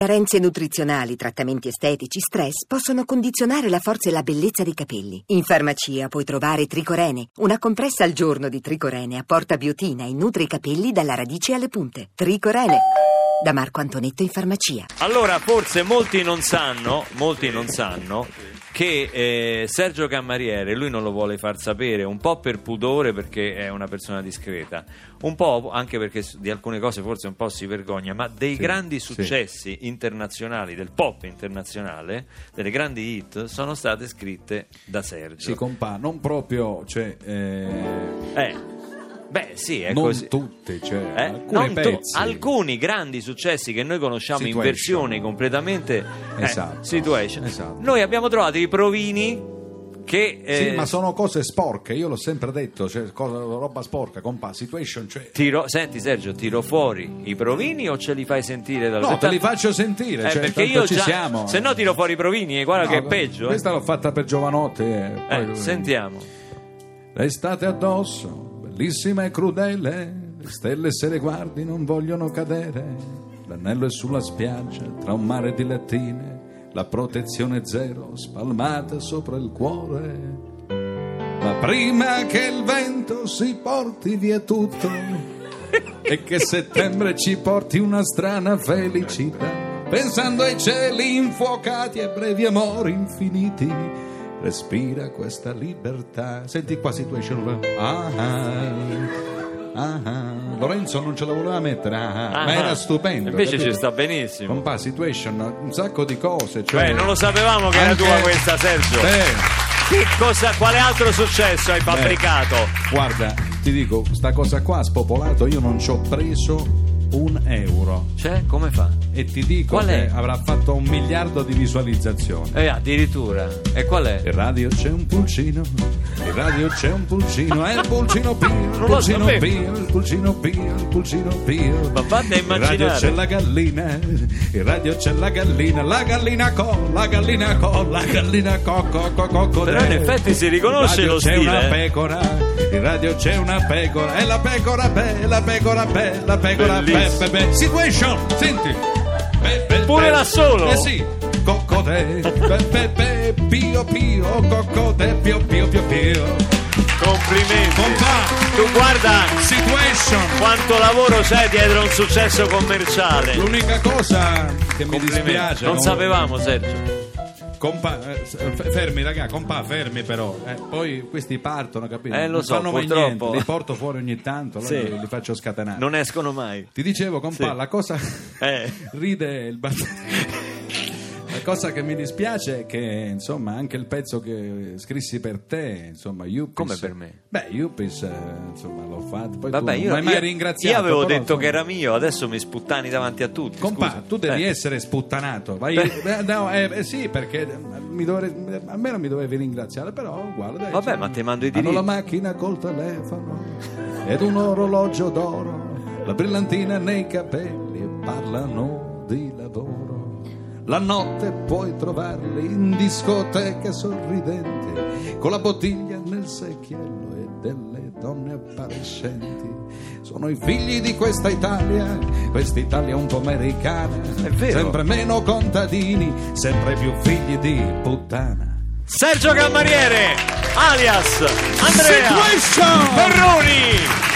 Carenze nutrizionali, trattamenti estetici, stress possono condizionare la forza e la bellezza dei capelli. In farmacia puoi trovare Tricorene. Una compressa al giorno di Tricorene apporta biotina e nutre i capelli dalla radice alle punte. Tricorene, da Marco Antonetto in farmacia. Allora, forse molti non sanno che Sergio Camariere, lui non lo vuole far sapere, un po' per pudore perché è una persona discreta, un po' anche perché di alcune cose forse un po' si vergogna, ma dei grandi successi internazionali, del pop internazionale, delle grandi hit, sono state scritte da Sergio. Sì, compà, non proprio, cioè... Beh, sì, è non così. tutte, cioè alcuni pezzi. Alcuni grandi successi che noi conosciamo Situation. in versione completamente Situation. Esatto. Noi abbiamo trovato i provini che sì, ma sono cose sporche, io l'ho sempre detto, cioè roba sporca, compà, Situation, cioè... Senti Sergio, tiro fuori i provini o ce li fai sentire dal No, te li faccio sentire, cioè, perché io ci già, siamo. se no tiro fuori i provini e guarda che è peggio. Questa l'ho fatta per Giovanotti. Poi... Sentiamo. L'estate addosso, bellissima e crudele, le stelle se le guardi non vogliono cadere, l'anello è sulla spiaggia tra un mare di lattine, la protezione zero spalmata sopra il cuore, ma prima che il vento si porti via tutto e che settembre ci porti una strana felicità, pensando ai cieli infuocati e brevi amori infiniti, respira questa libertà. Senti qua Situation. Lorenzo non ce la voleva mettere, ma era stupendo. Invece capito? ci sta benissimo. Compà, Situation, un sacco di cose. Cioè... Beh, non lo sapevamo che era tua questa, Sergio. Quale altro successo hai fabbricato? Guarda, ti dico, sta cosa qua ha spopolato, io non ci ho preso €1. Cioè, come fa? E ti dico qual che è? avrà fatto 1 miliardo di visualizzazioni. Addirittura. E qual è? In radio c'è un pulcino, in radio c'è un pulcino, è il pulcino Pio, il lo pulcino sapevo. Pio, il pulcino Pio, il pulcino Pio. Ma fate In radio immaginare. c'è la gallina, in radio c'è la gallina co, la gallina co, la gallina co. Però in effetti si riconosce lo stile. In radio c'è una pecora, in radio c'è una pecora, e la pecora bella, la pecora bella, la pecora bella. Situation, senti. Pure da solo. Sì. Coccodè, pio pio, coccodè, pio pio pio pio. Complimenti. Compà. Tu guarda Situation. quanto lavoro c'è dietro a un successo commerciale. L'unica cosa che mi Complimenti. dispiace, Non sapevamo, Sergio. Compà, fermi raga, compà, fermi però. Poi questi partono, capito? Lo Non so, fanno mai purtroppo. niente, li porto fuori ogni tanto, allora Sì. li faccio scatenare. Non escono mai. Ti dicevo, compà, Sì. la cosa ride il La cosa che mi dispiace è che, insomma, anche il pezzo che scrissi per te, insomma, Yuppies. Come per me? Beh, Yuppies, insomma, l'ho fatto. Poi Vabbè, tu io, non mi hai mai io- ringraziato. io avevo però, detto insomma, che era mio, adesso mi sputtani davanti a tutti. Compà, scusa. tu devi essere sputtanato. Vai, sì, perché a me non mi dovevi ringraziare, però guarda. Vabbè, ma ti mando i hanno diritti. la macchina col telefono ed un orologio d'oro, la brillantina nei capelli e parlano di lavoro. La notte puoi trovarli in discoteche sorridenti, con la bottiglia nel secchiello e delle donne appariscenti. Sono i figli di questa Italia un po' americana, È vero. sempre meno contadini, sempre più figli di puttana. Sergio Camariere alias Andrea Situation! Ferroni.